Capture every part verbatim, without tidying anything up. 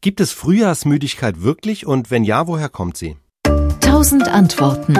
Gibt es Frühjahrsmüdigkeit wirklich und wenn ja, woher kommt sie? Tausend Antworten.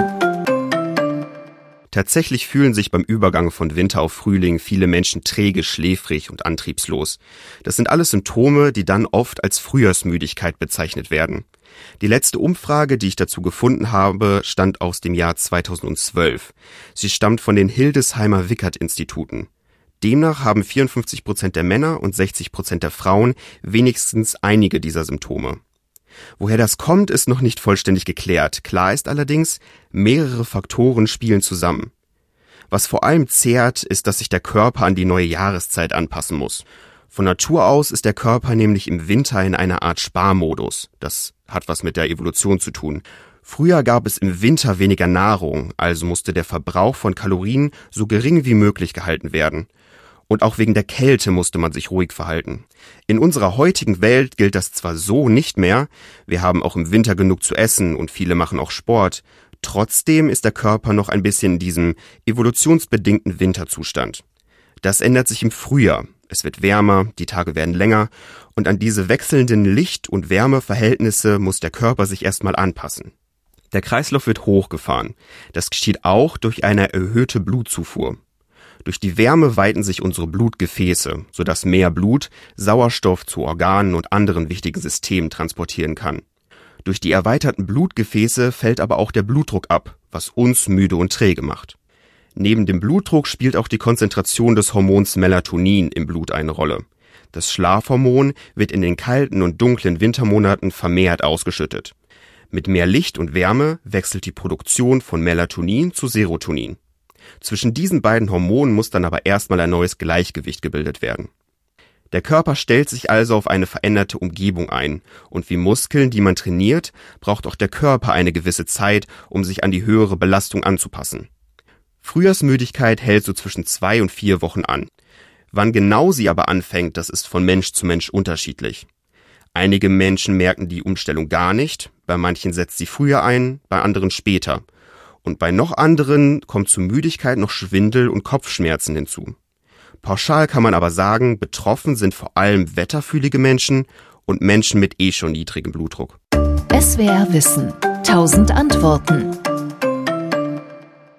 Tatsächlich fühlen sich beim Übergang von Winter auf Frühling viele Menschen träge, schläfrig und antriebslos. Das sind alles Symptome, die dann oft als Frühjahrsmüdigkeit bezeichnet werden. Die letzte Umfrage, die ich dazu gefunden habe, stammt aus dem Jahr zweitausendzwölf. Sie stammt von den Hildesheimer Wickert-Instituten. Demnach haben vierundfünfzig Prozent der Männer und sechzig Prozent der Frauen wenigstens einige dieser Symptome. Woher das kommt, ist noch nicht vollständig geklärt. Klar ist allerdings, mehrere Faktoren spielen zusammen. Was vor allem zehrt, ist, dass sich der Körper an die neue Jahreszeit anpassen muss. Von Natur aus ist der Körper nämlich im Winter in einer Art Sparmodus. Das hat was mit der Evolution zu tun. Früher gab es im Winter weniger Nahrung, also musste der Verbrauch von Kalorien so gering wie möglich gehalten werden. Und auch wegen der Kälte musste man sich ruhig verhalten. In unserer heutigen Welt gilt das zwar so nicht mehr, wir haben auch im Winter genug zu essen und viele machen auch Sport, trotzdem ist der Körper noch ein bisschen in diesem evolutionsbedingten Winterzustand. Das ändert sich im Frühjahr. Es wird wärmer, die Tage werden länger und an diese wechselnden Licht- und Wärmeverhältnisse muss der Körper sich erstmal anpassen. Der Kreislauf wird hochgefahren. Das geschieht auch durch eine erhöhte Blutzufuhr. Durch die Wärme weiten sich unsere Blutgefäße, sodass mehr Blut Sauerstoff zu Organen und anderen wichtigen Systemen transportieren kann. Durch die erweiterten Blutgefäße fällt aber auch der Blutdruck ab, was uns müde und träge macht. Neben dem Blutdruck spielt auch die Konzentration des Hormons Melatonin im Blut eine Rolle. Das Schlafhormon wird in den kalten und dunklen Wintermonaten vermehrt ausgeschüttet. Mit mehr Licht und Wärme wechselt die Produktion von Melatonin zu Serotonin. Zwischen diesen beiden Hormonen muss dann aber erstmal ein neues Gleichgewicht gebildet werden. Der Körper stellt sich also auf eine veränderte Umgebung ein und wie Muskeln, die man trainiert, braucht auch der Körper eine gewisse Zeit, um sich an die höhere Belastung anzupassen. Frühjahrsmüdigkeit hält so zwischen zwei und vier Wochen an. Wann genau sie aber anfängt, das ist von Mensch zu Mensch unterschiedlich. Einige Menschen merken die Umstellung gar nicht, bei manchen setzt sie früher ein, bei anderen später. Und bei noch anderen kommt zu Müdigkeit noch Schwindel und Kopfschmerzen hinzu. Pauschal kann man aber sagen, betroffen sind vor allem wetterfühlige Menschen und Menschen mit eh schon niedrigem Blutdruck. S W R Wissen. Tausend Antworten.